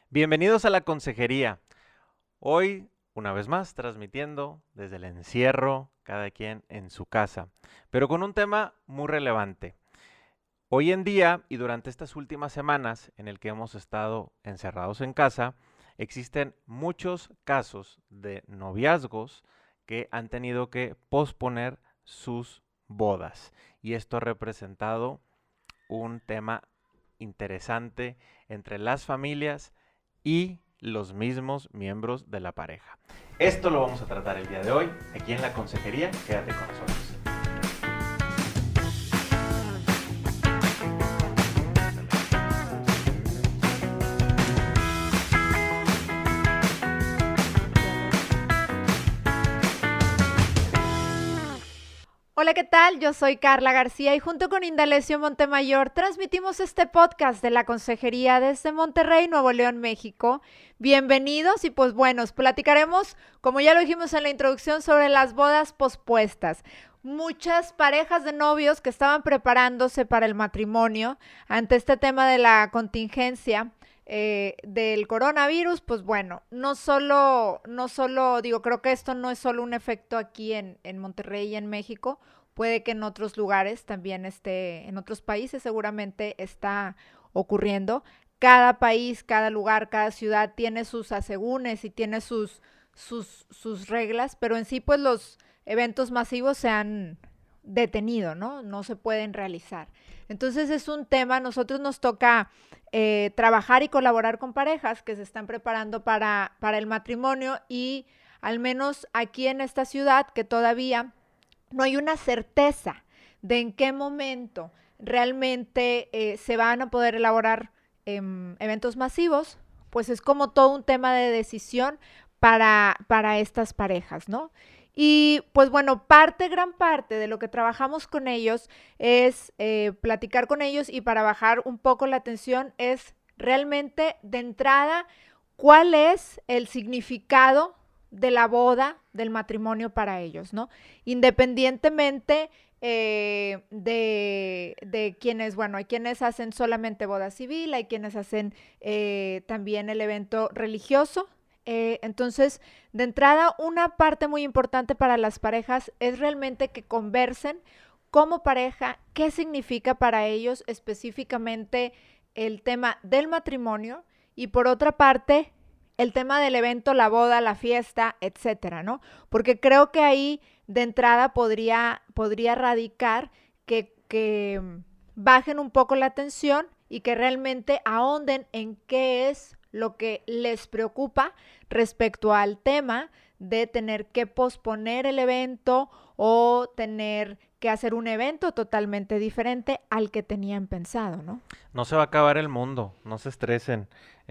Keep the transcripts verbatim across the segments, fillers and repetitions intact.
Bienvenidos a la consejería. Hoy, una vez más, transmitiendo desde el encierro, cada quien en su casa, pero con un tema muy relevante. Hoy en día y durante estas últimas semanas en el que hemos estado encerrados en casa, existen muchos casos de noviazgos que han tenido que posponer sus bodas. Y esto ha representado un tema interesante entre las familias y los mismos miembros de la pareja. Esto lo vamos a tratar el día de hoy aquí en la consejería. Quédate con nosotros. Hola, ¿qué tal? Yo soy Carla García y junto con Indalecio Montemayor transmitimos este podcast de la Consejería desde Monterrey, Nuevo León, México. Bienvenidos y pues bueno, platicaremos, como ya lo dijimos en la introducción, sobre las bodas pospuestas. Muchas parejas de novios que estaban preparándose para el matrimonio ante este tema de la contingencia eh, del coronavirus, pues bueno, no solo, no solo, digo, creo que esto no es solo un efecto aquí en, en Monterrey y en México, puede que en otros lugares también esté, en otros países seguramente está ocurriendo. Cada país, cada lugar, cada ciudad tiene sus asegúnes y tiene sus, sus, sus reglas, pero en sí pues los eventos masivos se han detenido, ¿no? No se pueden realizar. Entonces es un tema, nosotros nos toca eh, trabajar y colaborar con parejas que se están preparando para, para el matrimonio y al menos aquí en esta ciudad que todavía no hay una certeza de en qué momento realmente eh, se van a poder elaborar eh, eventos masivos, pues es como todo un tema de decisión para, para estas parejas, ¿no? Y pues bueno, parte, gran parte de lo que trabajamos con ellos es eh, platicar con ellos y para bajar un poco la tensión es realmente de entrada cuál es el significado de la boda, del matrimonio para ellos, ¿no? Independientemente eh, de, de quienes, bueno, hay quienes hacen solamente boda civil, hay quienes hacen eh, también el evento religioso. Eh, entonces, de entrada, una parte muy importante para las parejas es realmente que conversen como pareja qué significa para ellos específicamente el tema del matrimonio y por otra parte, el tema del evento, la boda, la fiesta, etcétera, ¿no? Porque creo que ahí de entrada podría, podría radicar que, que bajen un poco la tensión y que realmente ahonden en qué es lo que les preocupa respecto al tema de tener que posponer el evento o tener que hacer un evento totalmente diferente al que tenían pensado, ¿no? No se va a acabar el mundo, no se estresen.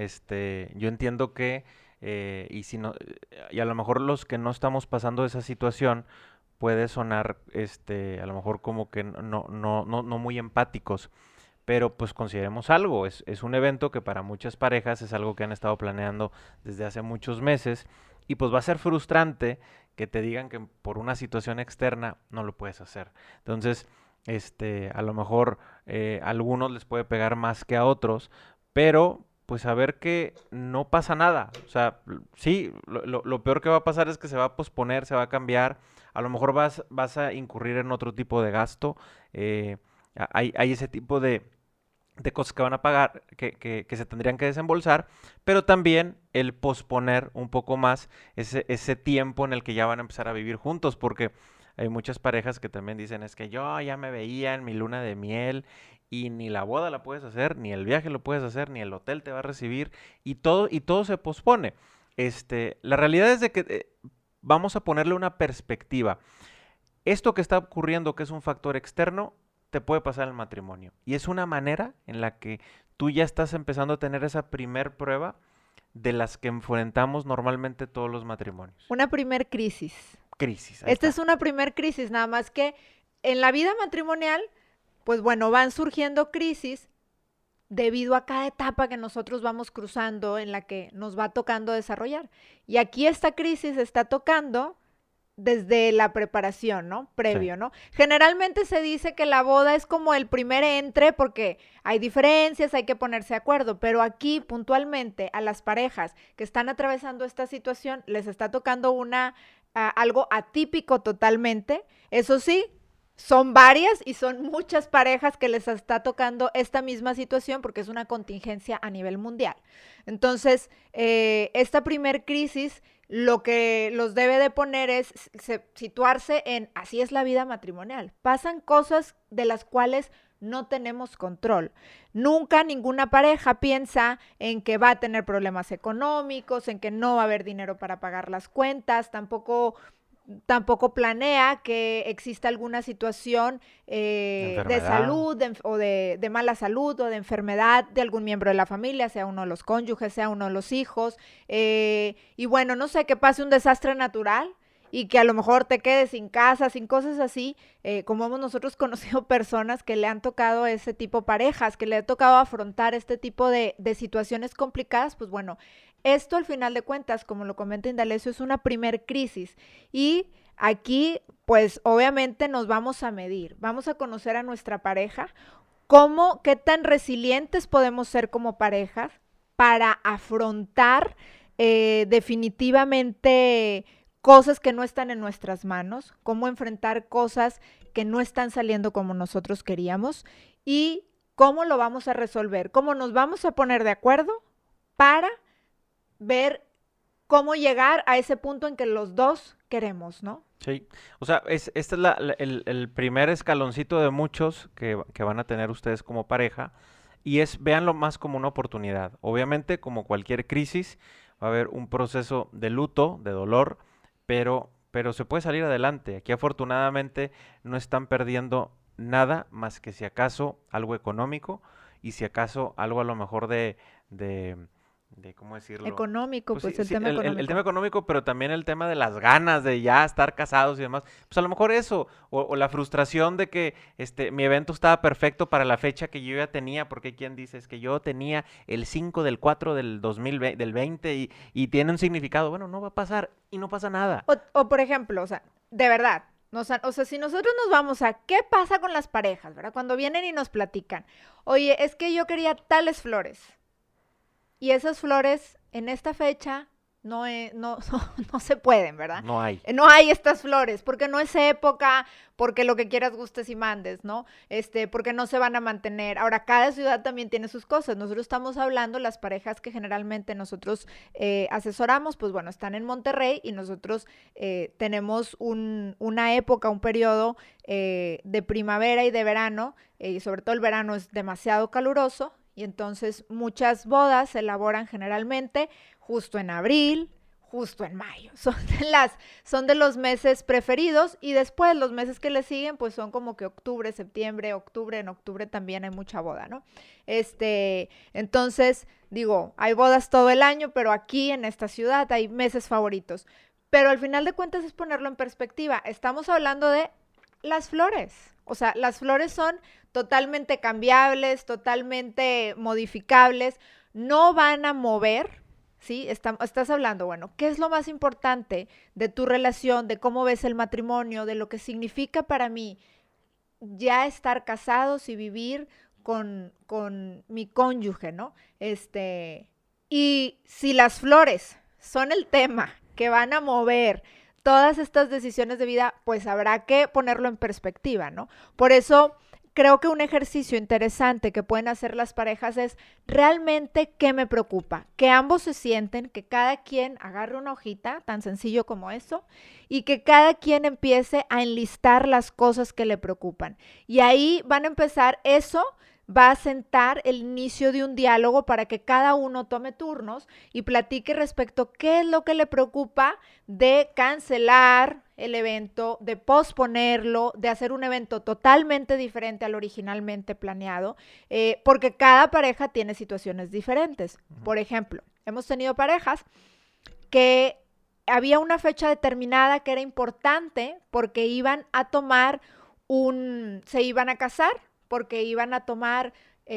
Este, yo entiendo que eh, y si no, y a lo mejor los que no estamos pasando esa situación puede sonar, este, a lo mejor como que no, no, no, no muy empáticos. Pero pues consideremos algo, es, es un evento que para muchas parejas es algo que han estado planeando desde hace muchos meses y pues va a ser frustrante que te digan que por una situación externa no lo puedes hacer. Entonces, este, a lo mejor eh, a algunos les puede pegar más que a otros, pero pues saber que no pasa nada. O sea, sí, lo, lo, lo peor que va a pasar es que se va a posponer, se va a cambiar, a lo mejor vas, vas a incurrir en otro tipo de gasto. Eh, hay, hay ese tipo de de cosas que van a pagar, que, que, que, se tendrían que desembolsar, pero también el posponer un poco más ese, ese tiempo en el que ya van a empezar a vivir juntos, porque hay muchas parejas que también dicen, es que yo ya me veía en mi luna de miel y ni la boda la puedes hacer, ni el viaje lo puedes hacer, ni el hotel te va a recibir y todo, y todo se pospone. Este, la realidad es de que eh, vamos a ponerle una perspectiva. Esto que está ocurriendo, que es un factor externo, te puede pasar en el matrimonio. Y es una manera en la que tú ya estás empezando a tener esa primer prueba de las que enfrentamos normalmente todos los matrimonios. Una primer crisis. Crisis, ahí Esta está. es una primer crisis, nada más que en la vida matrimonial, pues bueno, van surgiendo crisis debido a cada etapa que nosotros vamos cruzando en la que nos va tocando desarrollar. Y aquí esta crisis está tocando desde la preparación, ¿no? Previo, Sí. ¿no? Generalmente se dice que la boda es como el primer entre porque hay diferencias, hay que ponerse de acuerdo, pero aquí puntualmente a las parejas que están atravesando esta situación les está tocando una, uh, algo atípico totalmente. Eso sí, son varias y son muchas parejas que les está tocando esta misma situación porque es una contingencia a nivel mundial. Entonces, eh, esta primer crisis lo que los debe de poner es se, situarse en así es la vida matrimonial. Pasan cosas de las cuales no tenemos control. Nunca ninguna pareja piensa en que va a tener problemas económicos, en que no va a haber dinero para pagar las cuentas, tampoco tampoco planea que exista alguna situación eh, de Enfermedad. salud de, o de, de mala salud o de enfermedad de algún miembro de la familia, sea uno de los cónyuges, sea uno de los hijos. Eh, y bueno, no sé, que pase un desastre natural y que a lo mejor te quedes sin casa, sin cosas así, eh, como hemos nosotros conocido personas que le han tocado ese tipo, parejas, que le ha tocado afrontar este tipo de, de situaciones complicadas, pues bueno, esto al final de cuentas, como lo comenta Indalecio, es una primer crisis y aquí pues obviamente nos vamos a medir, vamos a conocer a nuestra pareja, cómo, qué tan resilientes podemos ser como parejas para afrontar eh, definitivamente cosas que no están en nuestras manos, cómo enfrentar cosas que no están saliendo como nosotros queríamos y cómo lo vamos a resolver, cómo nos vamos a poner de acuerdo para ver cómo llegar a ese punto en que los dos queremos, ¿no? Sí, o sea, es, este es la- la- el, el primer escaloncito de muchos que, que van a tener ustedes como pareja y es, véanlo más como una oportunidad. Obviamente, como cualquier crisis, va a haber un proceso de luto, de dolor, pero, pero se puede salir adelante. Aquí afortunadamente no están perdiendo nada más que si acaso algo económico y si acaso algo a lo mejor de, de, de ¿cómo decirlo? Económico, Pues sí, pues el sí, tema el, el- el tema económico. económico, pero también el tema de las ganas de ya estar casados y demás. Pues a lo mejor eso, o, o la frustración de que este, mi evento estaba perfecto para la fecha que yo ya tenía, porque quien dice es que yo tenía el cinco del cuatro del dos mil veinte, del veinte y, y tiene un significado. Bueno, no va a pasar y no pasa nada. O, o por ejemplo, o sea, de verdad, nos han- o sea, si nosotros nos vamos a qué pasa con las parejas, ¿verdad? Cuando vienen y nos platican, oye, es que yo quería tales flores y esas flores en esta fecha no, he- no, no, no se pueden, ¿verdad? No hay. Eh, No hay estas flores, porque no es época, porque lo que quieras gustes y mandes, ¿no? Este, porque no se van a mantener. Ahora, cada ciudad también tiene sus cosas. Nosotros estamos hablando, las parejas que generalmente nosotros eh, asesoramos, pues bueno, están en Monterrey y nosotros eh, tenemos un, una época, un periodo eh, de primavera y de verano, eh, y sobre todo el verano es demasiado caluroso, y entonces muchas bodas se elaboran generalmente justo en abril, justo en mayo. Son de, las, son de los meses preferidos y después los meses que le siguen pues son como que octubre, septiembre, octubre, en octubre también hay mucha boda, ¿no? Este, entonces, digo, hay bodas todo el año, pero aquí en esta ciudad hay meses favoritos. Pero al final de cuentas es ponerlo en perspectiva. Estamos hablando de las flores. O sea, las flores son totalmente cambiables, totalmente modificables, no van a mover, ¿sí? Está- estás hablando, bueno, ¿qué es lo más importante de tu relación, de cómo ves el matrimonio, de lo que significa para mí ya estar casados y vivir con, con mi cónyuge, ¿no? Este, y si las flores son el tema que van a mover todas estas decisiones de vida, pues habrá que ponerlo en perspectiva, ¿no? Por eso creo que un ejercicio interesante que pueden hacer las parejas es realmente qué me preocupa, que ambos se sienten, que cada quien agarre una hojita, tan sencillo como eso, y que cada quien empiece a enlistar las cosas que le preocupan. Y ahí van a empezar eso. Va a sentar el inicio de un diálogo para que cada uno tome turnos y platique respecto a qué es lo que le preocupa de cancelar el evento, de posponerlo, de hacer un evento totalmente diferente al originalmente planeado, eh, porque cada pareja tiene situaciones diferentes. Ujú. Por ejemplo, hemos tenido parejas que había una fecha determinada que era importante porque iban a tomar un, se iban a casar, porque iban a tomar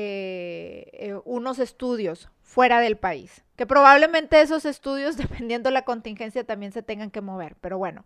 eh, eh, unos estudios fuera del país, que probablemente esos estudios, dependiendo de la contingencia, también se tengan que mover, pero bueno,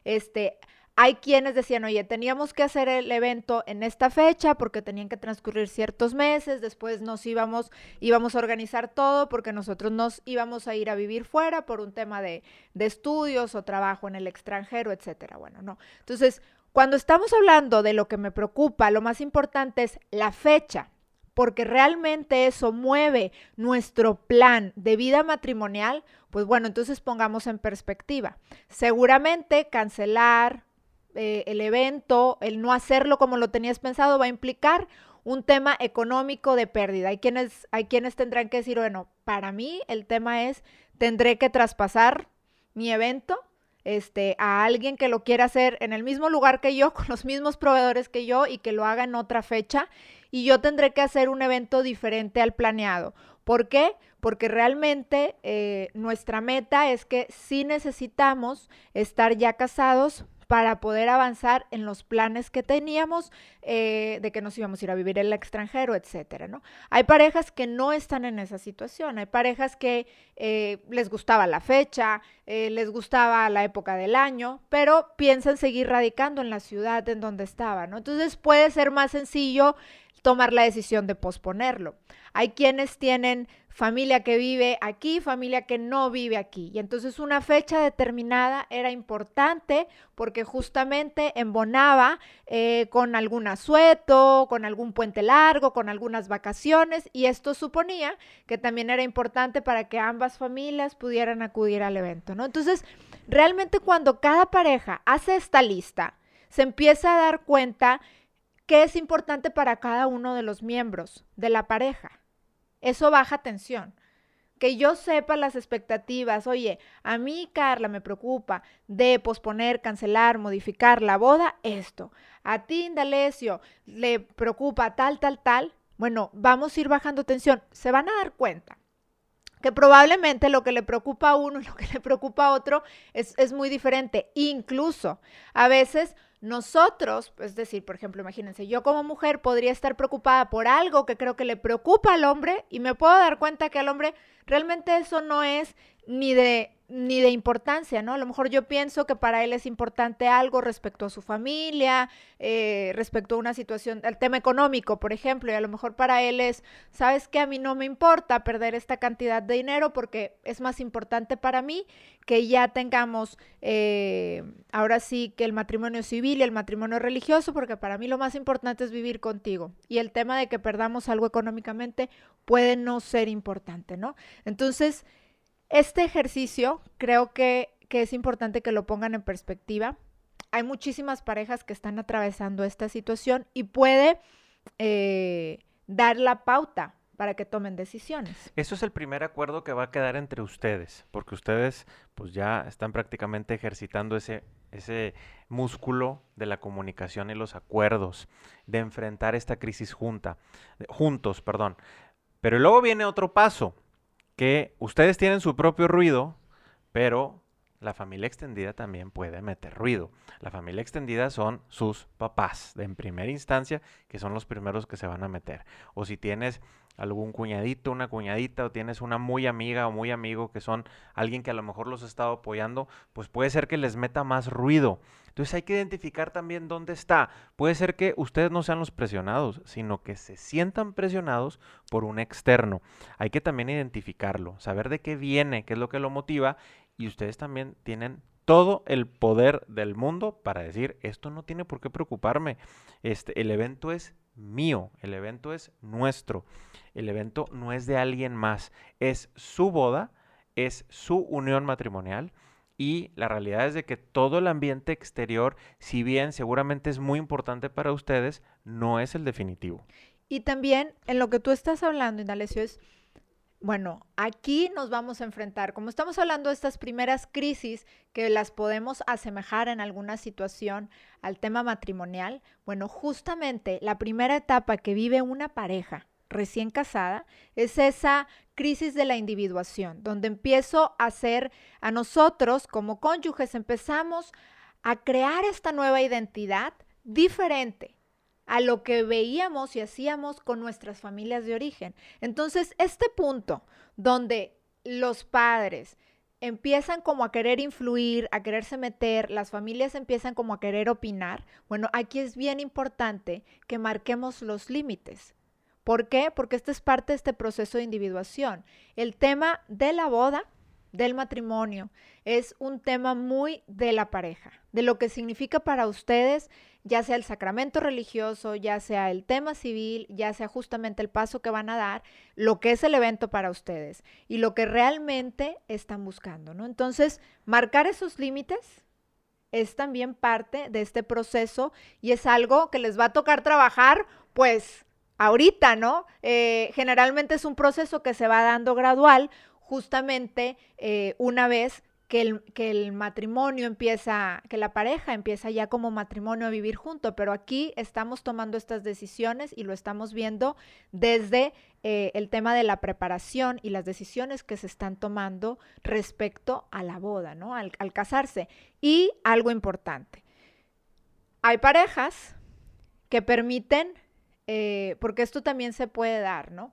Este, hay quienes decían, oye, teníamos que hacer el evento en esta fecha porque tenían que transcurrir ciertos meses, después nos íbamos, íbamos a organizar todo porque nosotros nos íbamos a ir a vivir fuera por un tema de, de estudios o trabajo en el extranjero, etcétera. Bueno, no. Entonces, cuando estamos hablando de lo que me preocupa, lo más importante es la fecha, porque realmente eso mueve nuestro plan de vida matrimonial. Pues bueno, entonces pongamos en perspectiva. Seguramente cancelar eh, el evento, el no hacerlo como lo tenías pensado, va a implicar un tema económico de pérdida. Hay quienes, hay quienes tendrán que decir, bueno, para mí el tema es, tendré que traspasar mi evento este, a alguien que lo quiera hacer en el mismo lugar que yo, con los mismos proveedores que yo y que lo haga en otra fecha, y yo tendré que hacer un evento diferente al planeado. ¿Por qué? Porque realmente eh, nuestra meta es que sí necesitamos estar ya casados para poder avanzar en los planes que teníamos eh, de que nos íbamos a ir a vivir en el extranjero, etcétera, ¿no? Hay parejas que no están en esa situación, hay parejas que eh, les gustaba la fecha, eh, les gustaba la época del año, pero piensan seguir radicando en la ciudad en donde estaban, ¿no? Entonces puede ser más sencillo tomar la decisión de posponerlo. Hay quienes tienen familia que vive aquí, familia que no vive aquí. Y entonces una fecha determinada era importante porque justamente embonaba eh, con algún asueto, con algún puente largo, con algunas vacaciones. Y esto suponía que también era importante para que ambas familias pudieran acudir al evento, ¿no? Entonces, realmente cuando cada pareja hace esta lista, se empieza a dar cuenta qué es importante para cada uno de los miembros de la pareja. Eso baja tensión. Que yo sepa las expectativas. Oye, a mí, Carla, me preocupa de posponer, cancelar, modificar la boda, esto. A ti, Indalecio, le preocupa tal, tal, tal. Bueno, vamos a ir bajando tensión. Se van a dar cuenta que probablemente lo que le preocupa a uno y lo que le preocupa a otro es, es muy diferente. Incluso, a veces nosotros, es decir, por ejemplo, imagínense, yo como mujer podría estar preocupada por algo que creo que le preocupa al hombre y me puedo dar cuenta que al hombre realmente eso no es ni de, ni de importancia, ¿no? A lo mejor yo pienso que para él es importante algo respecto a su familia, eh, respecto a una situación, al tema económico, por ejemplo, y a lo mejor para él es, ¿sabes qué? A mí no me importa perder esta cantidad de dinero porque es más importante para mí que ya tengamos eh, ahora sí que el matrimonio civil y el matrimonio religioso, porque para mí lo más importante es vivir contigo. Y el tema de que perdamos algo económicamente puede no ser importante, ¿no? Entonces, este ejercicio creo que, que es importante que lo pongan en perspectiva. Hay muchísimas parejas que están atravesando esta situación y puede eh, dar la pauta para que tomen decisiones. Eso es el primer acuerdo que va a quedar entre ustedes, porque ustedes pues ya están prácticamente ejercitando ese, ese músculo de la comunicación y los acuerdos, de enfrentar esta crisis junta, juntos, perdón. Pero luego viene otro paso, que ustedes tienen su propio ruido, pero la familia extendida también puede meter ruido. La familia extendida son sus papás, de en primera instancia, que son los primeros que se van a meter. O si tienes algún cuñadito, una cuñadita, o tienes una muy amiga o muy amigo que son alguien que a lo mejor los ha estado apoyando, pues puede ser que les meta más ruido. Entonces hay que identificar también dónde está. Puede ser que ustedes no sean los presionados, sino que se sientan presionados por un externo. Hay que también identificarlo, saber de qué viene, qué es lo que lo motiva, y ustedes también tienen todo el poder del mundo para decir, esto no tiene por qué preocuparme. Este, el evento es mío, el evento es nuestro, el evento no es de alguien más, es su boda, es su unión matrimonial. Y la realidad es de que todo el ambiente exterior, si bien seguramente es muy importante para ustedes, no es el definitivo. Y también en lo que tú estás hablando, Indalecio, es, bueno, aquí nos vamos a enfrentar, como estamos hablando de estas primeras crisis que las podemos asemejar en alguna situación al tema matrimonial, bueno, justamente la primera etapa que vive una pareja recién casada es esa crisis de la individuación, donde empiezo a ser a nosotros como cónyuges, empezamos a crear esta nueva identidad diferente a lo que veíamos y hacíamos con nuestras familias de origen. Entonces, este punto donde los padres empiezan como a querer influir, a quererse meter, las familias empiezan como a querer opinar, bueno, aquí es bien importante que marquemos los límites. ¿Por qué? Porque este es parte de este proceso de individuación. El tema de la boda, del matrimonio, es un tema muy de la pareja, de lo que significa para ustedes, ya sea el sacramento religioso, ya sea el tema civil, ya sea justamente el paso que van a dar, lo que es el evento para ustedes y lo que realmente están buscando, ¿no? Entonces, marcar esos límites es también parte de este proceso y es algo que les va a tocar trabajar, pues, ahorita, ¿no? Eh, generalmente es un proceso que se va dando gradual, justamente eh, una vez que el, que el matrimonio empieza, que la pareja empieza ya como matrimonio a vivir junto, pero aquí estamos tomando estas decisiones y lo estamos viendo desde eh, el tema de la preparación y las decisiones que se están tomando respecto a la boda, ¿no? Al, al casarse. Y algo importante, hay parejas que permiten, eh, porque esto también se puede dar, ¿no?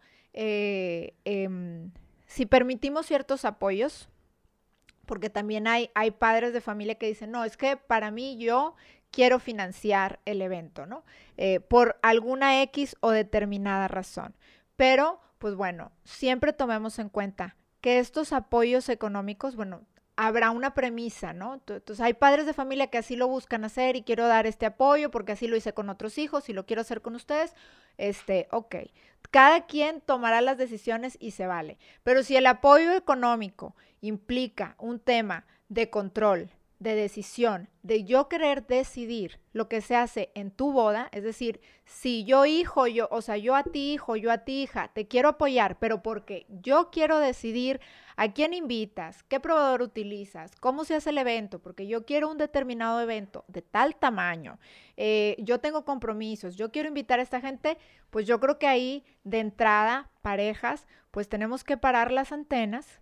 Eh, eh, si permitimos ciertos apoyos, porque también hay, hay padres de familia que dicen, no, es que para mí yo quiero financiar el evento, ¿no? Eh, por alguna X o determinada razón. Pero, pues bueno, siempre tomemos en cuenta que estos apoyos económicos, bueno, habrá una premisa, ¿no? Entonces hay padres de familia que así lo buscan hacer y quiero dar este apoyo porque así lo hice con otros hijos y lo quiero hacer con ustedes, este, ok. Cada quien tomará las decisiones y se vale. Pero si el apoyo económico implica un tema de control, de decisión, de yo querer decidir lo que se hace en tu boda, es decir, si yo hijo, yo, o sea, yo a ti hijo, yo a ti hija, te quiero apoyar, pero porque yo quiero decidir a quién invitas, qué proveedor utilizas, cómo se hace el evento, porque yo quiero un determinado evento de tal tamaño, eh, yo tengo compromisos, yo quiero invitar a esta gente, pues yo creo que ahí de entrada, parejas, pues tenemos que parar las antenas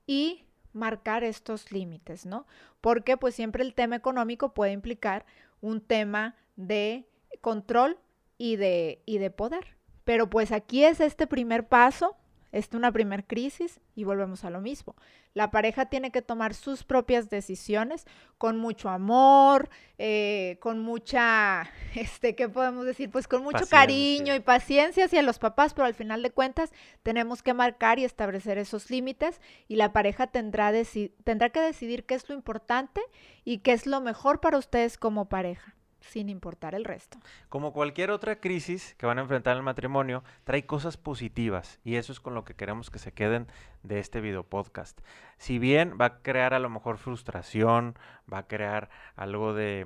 y marcar estos límites, ¿no? Porque pues siempre el tema económico puede implicar un tema de control y de, y de poder. Pero pues aquí es este primer paso, es una primer crisis y volvemos a lo mismo. La pareja tiene que tomar sus propias decisiones con mucho amor, eh, con mucha, este, ¿qué podemos decir? Pues con mucho Paciencia. cariño y paciencia hacia los papás, pero al final de cuentas tenemos que marcar y establecer esos límites y la pareja tendrá, deci- tendrá que decidir qué es lo importante y qué es lo mejor para ustedes como pareja, sin importar el resto. Como cualquier otra crisis que van a enfrentar en el matrimonio, trae cosas positivas y eso es con lo que queremos que se queden de este video podcast. Si bien va a crear a lo mejor frustración, va a crear algo de,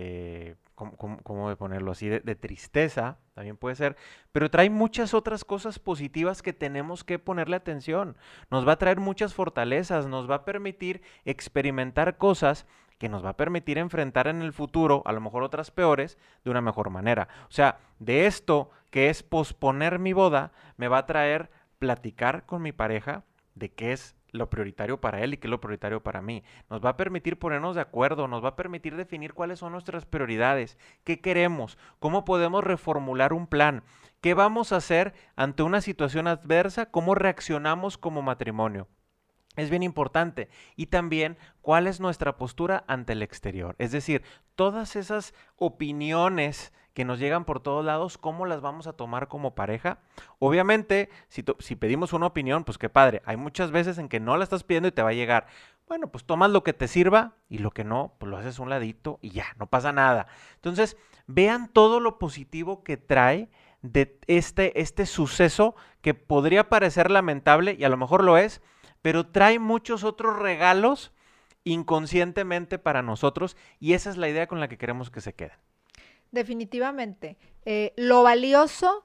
de ¿cómo, cómo- cómo de ponerlo así? De, de tristeza, también puede ser, pero trae muchas otras cosas positivas que tenemos que ponerle atención. Nos va a traer muchas fortalezas, nos va a permitir experimentar cosas que nos va a permitir enfrentar en el futuro, a lo mejor otras peores, de una mejor manera. O sea, de esto que es posponer mi boda, me va a traer platicar con mi pareja de qué es lo prioritario para él y qué es lo prioritario para mí. Nos va a permitir ponernos de acuerdo, nos va a permitir definir cuáles son nuestras prioridades, qué queremos, cómo podemos reformular un plan, qué vamos a hacer ante una situación adversa, cómo reaccionamos como matrimonio. Es bien importante. Y también cuál es nuestra postura ante el exterior. Es decir, todas esas opiniones que nos llegan por todos lados, ¿cómo las vamos a tomar como pareja? Obviamente, si, to- si pedimos una opinión, pues qué padre. Hay muchas veces en que no la estás pidiendo y te va a llegar. Bueno, pues tomas lo que te sirva y lo que no, pues lo haces a un ladito y ya, no pasa nada. Entonces, vean todo lo positivo que trae de este, este suceso que podría parecer lamentable y a lo mejor lo es, pero trae muchos otros regalos inconscientemente para nosotros y esa es la idea con la que queremos que se queden. Definitivamente. Eh, lo valioso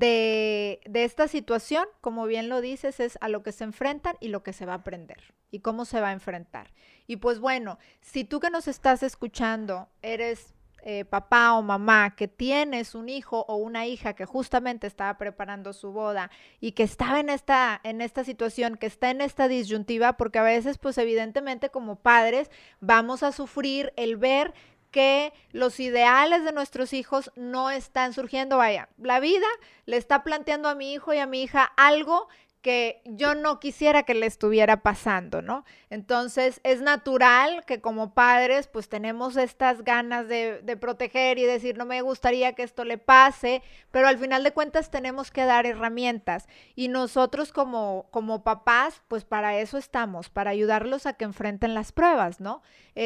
de, de esta situación, como bien lo dices, es a lo que se enfrentan y lo que se va a aprender y cómo se va a enfrentar. Y pues bueno, si tú que nos estás escuchando eres eh, papá o mamá que tienes un hijo o una hija que justamente estaba preparando su boda y que estaba en esta, en esta situación, que está en esta disyuntiva, porque a veces pues evidentemente como padres vamos a sufrir el ver que los ideales de nuestros hijos no están surgiendo. Vaya, la vida le está planteando a mi hijo y a mi hija algo que yo no quisiera que le estuviera pasando, ¿no? Entonces es natural que como padres pues tenemos estas ganas de, de proteger y decir no me gustaría que esto le pase, pero al final de cuentas tenemos que dar herramientas y nosotros como, como papás pues para eso estamos, para ayudarlos a que enfrenten las pruebas, ¿no?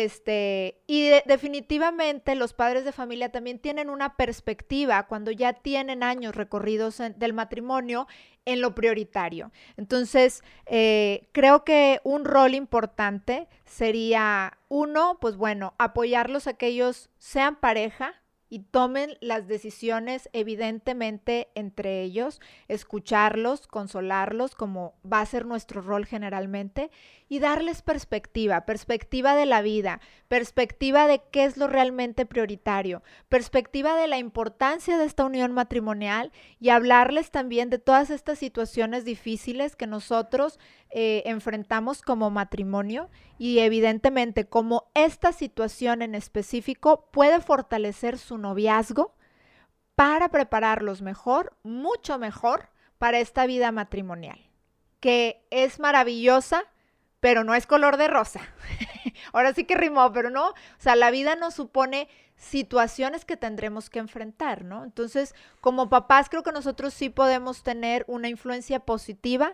Este, y de, definitivamente los padres de familia también tienen una perspectiva cuando ya tienen años recorridos en, del matrimonio en lo prioritario. Entonces, eh, creo que un rol importante sería, uno, pues bueno, apoyarlos a que ellos sean pareja y tomen las decisiones evidentemente entre ellos, escucharlos, consolarlos, como va a ser nuestro rol generalmente, y darles perspectiva, perspectiva de la vida, perspectiva de qué es lo realmente prioritario, perspectiva de la importancia de esta unión matrimonial y hablarles también de todas estas situaciones difíciles que nosotros eh, enfrentamos como matrimonio y evidentemente como esta situación en específico puede fortalecer su noviazgo para prepararlos mejor, mucho mejor para esta vida matrimonial, que es maravillosa, pero no es color de rosa. Ahora sí que rimó, pero no, o sea, la vida nos supone situaciones que tendremos que enfrentar, ¿no? Entonces, como papás, creo que nosotros sí podemos tener una influencia positiva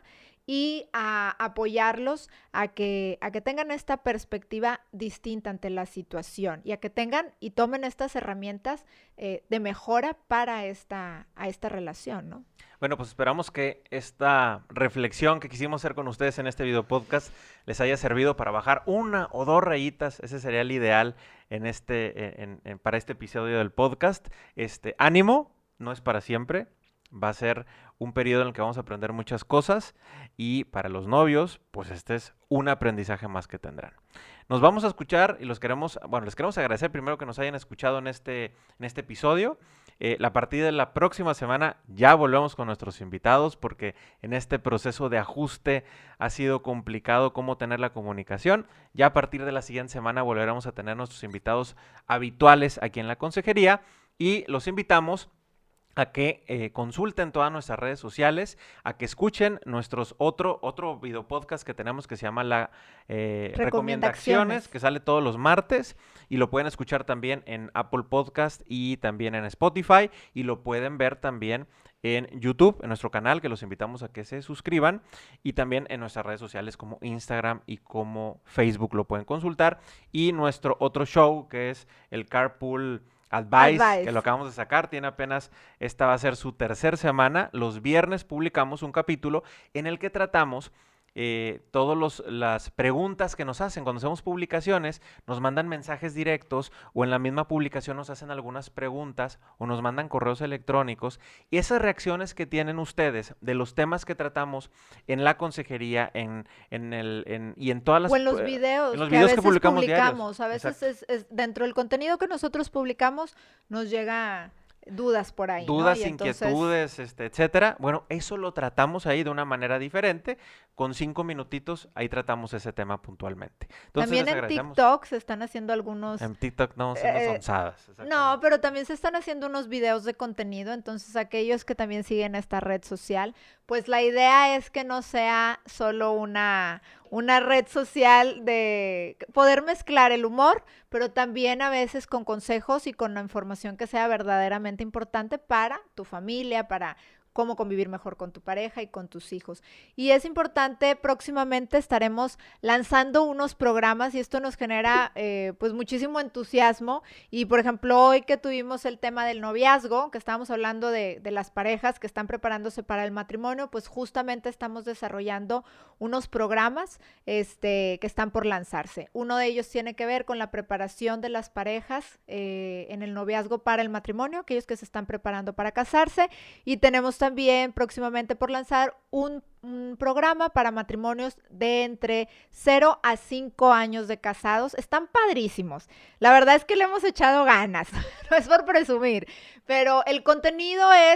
y a apoyarlos a que, a que tengan esta perspectiva distinta ante la situación y a que tengan y tomen estas herramientas eh, de mejora para esta, a esta relación, ¿no? Bueno, pues esperamos que esta reflexión que quisimos hacer con ustedes en este video podcast les haya servido para bajar una o dos rayitas. Ese sería el ideal en este, en, en, para este episodio del podcast. Este, ánimo, no es para siempre. Va a ser un periodo en el que vamos a aprender muchas cosas y para los novios, pues este es un aprendizaje más que tendrán. Nos vamos a escuchar y los queremos, bueno, les queremos agradecer primero que nos hayan escuchado en este, en este episodio. Eh, a partir de la próxima semana ya volvemos con nuestros invitados porque en este proceso de ajuste ha sido complicado cómo tener la comunicación. Ya a partir de la siguiente semana volveremos a tener nuestros invitados habituales aquí en la consejería y los invitamos a que eh, consulten todas nuestras redes sociales, a que escuchen nuestros otro, otro video podcast que tenemos que se llama la eh, recomendaciones. recomendaciones, que sale todos los martes y lo pueden escuchar también en Apple Podcast y también en Spotify y lo pueden ver también en YouTube, en nuestro canal, que los invitamos a que se suscriban y también en nuestras redes sociales como Instagram y como Facebook lo pueden consultar y nuestro otro show que es el Carpool Advice, Advice, que lo acabamos de sacar, tiene apenas, esta va a ser su tercera semana. Los viernes publicamos un capítulo en el que tratamos eh, todas las preguntas que nos hacen. Cuando hacemos publicaciones, nos mandan mensajes directos o en la misma publicación nos hacen algunas preguntas o nos mandan correos electrónicos. Y esas reacciones que tienen ustedes de los temas que tratamos en la consejería en, en el, en, y en todas las... O en los videos, en los que, videos a veces que publicamos, publicamos a diarios. veces es, es, dentro del contenido que nosotros publicamos nos llega dudas por ahí, dudas, ¿no? Y inquietudes, entonces... este, etcétera. Bueno, eso lo tratamos ahí de una manera diferente. Con cinco minutitos ahí tratamos ese tema puntualmente. Entonces, también en TikTok se están haciendo algunos... En TikTok no, son eh, onzadas. No, pero también se están haciendo unos videos de contenido. Entonces, aquellos que también siguen esta red social, pues la idea es que no sea solo una, una red social de poder mezclar el humor, pero también a veces con consejos y con la información que sea verdaderamente importante para tu familia, para cómo convivir mejor con tu pareja y con tus hijos. Y es importante, próximamente estaremos lanzando unos programas y esto nos genera eh, pues muchísimo entusiasmo. Y por ejemplo, hoy que tuvimos el tema del noviazgo, que estábamos hablando de, de las parejas que están preparándose para el matrimonio, pues justamente estamos desarrollando unos programas este, que están por lanzarse. Uno de ellos tiene que ver con la preparación de las parejas eh, en el noviazgo para el matrimonio, aquellos que se están preparando para casarse, y tenemos también próximamente por lanzar un, un programa para matrimonios de entre cero a cinco años de casados. Están padrísimos. La verdad es que le hemos echado ganas, no es por presumir, pero el contenido es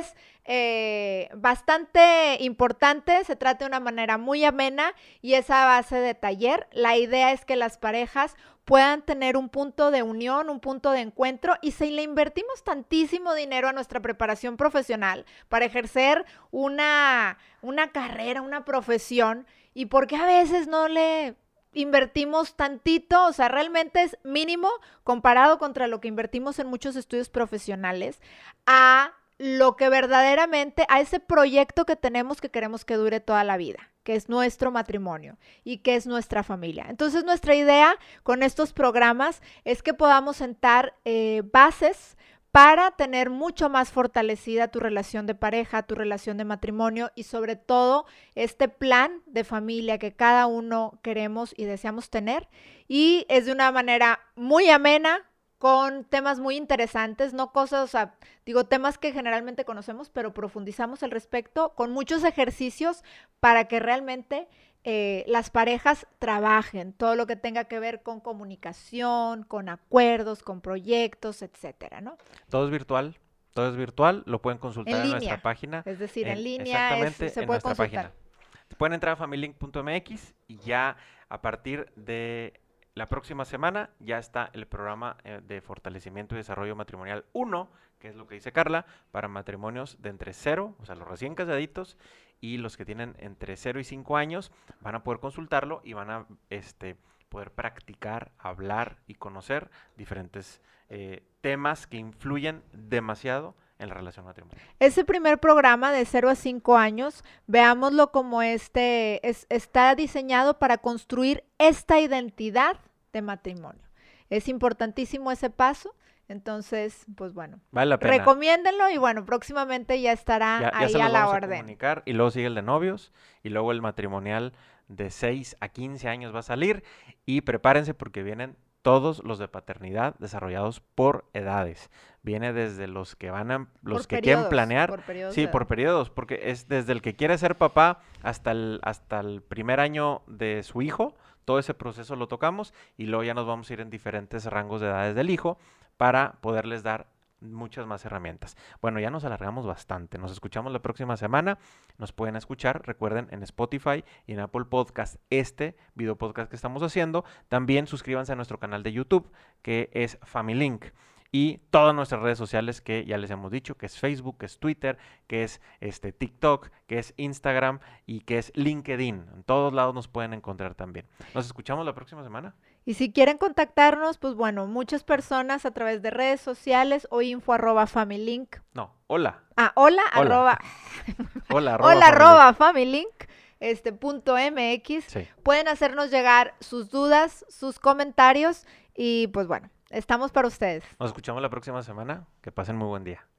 eh, bastante importante, se trata de una manera muy amena y es a base de taller. La idea es que las parejas puedan tener un punto de unión, un punto de encuentro, y si le invertimos tantísimo dinero a nuestra preparación profesional para ejercer una, una carrera, una profesión, ¿y por qué a veces no le invertimos tantito? O sea, realmente es mínimo comparado contra lo que invertimos en muchos estudios profesionales a lo que verdaderamente, a ese proyecto que tenemos que queremos que dure toda la vida, que es nuestro matrimonio y que es nuestra familia. Entonces, nuestra idea con estos programas es que podamos sentar eh, bases para tener mucho más fortalecida tu relación de pareja, tu relación de matrimonio y sobre todo este plan de familia que cada uno queremos y deseamos tener. Y es de una manera muy amena, con temas muy interesantes, no cosas, o sea, digo, temas que generalmente conocemos, pero profundizamos al respecto con muchos ejercicios para que realmente eh, las parejas trabajen todo lo que tenga que ver con comunicación, con acuerdos, con proyectos, etcétera, ¿no? Todo es virtual, todo es virtual, lo pueden En consultar en nuestra línea, página. es decir, en En, línea es, exactamente se en puede nuestra consultar. página. Pueden entrar a familylink punto m x y ya a partir de la próxima semana ya está el programa eh, de fortalecimiento y desarrollo matrimonial uno, que es lo que dice Carla, para matrimonios de entre cero, o sea, los recién casaditos, y los que tienen entre cero y cinco años van a poder consultarlo y van a este, poder practicar, hablar y conocer diferentes eh, temas que influyen demasiado en la relación matrimonial. Ese primer programa de cero a cinco años, veámoslo como este, es, está diseñado para construir esta identidad de matrimonio. Es importantísimo ese paso, entonces, pues bueno, Vale la pena. recomiéndenlo y bueno, próximamente ya estará Ya, ya ahí se a los la vamos a orden. comunicar y luego sigue el de novios y luego el matrimonial de seis a quince años va a salir y prepárense porque vienen todos los de paternidad desarrollados por edades. Viene desde los que van a, los Por que quieren periodos, planear, por periodos sí, de por edad. periodos, porque es desde el que quiere ser papá hasta el, hasta el primer año de su hijo, todo ese proceso lo tocamos y luego ya nos vamos a ir en diferentes rangos de edades del hijo para poderles dar muchas más herramientas. Bueno, ya nos alargamos bastante. Nos escuchamos la próxima semana. Nos pueden escuchar, recuerden, en Spotify y en Apple Podcast, este video podcast que estamos haciendo. También suscríbanse a nuestro canal de YouTube, que es FamilyLink. Y todas nuestras redes sociales que ya les hemos dicho, que es Facebook, que es Twitter, que es este, TikTok, que es Instagram y que es LinkedIn. En todos lados nos pueden encontrar también. Nos escuchamos la próxima semana. Y si quieren contactarnos, pues bueno, muchas personas a través de redes sociales o info arroba familylink. No, hola. Ah, hola, Hola. arroba, Hola, arroba hola, Family. arroba familylink, este, punto mx. Sí. Pueden hacernos llegar sus dudas, sus comentarios y pues bueno, estamos para ustedes. Nos escuchamos la próxima semana. Que pasen muy buen día.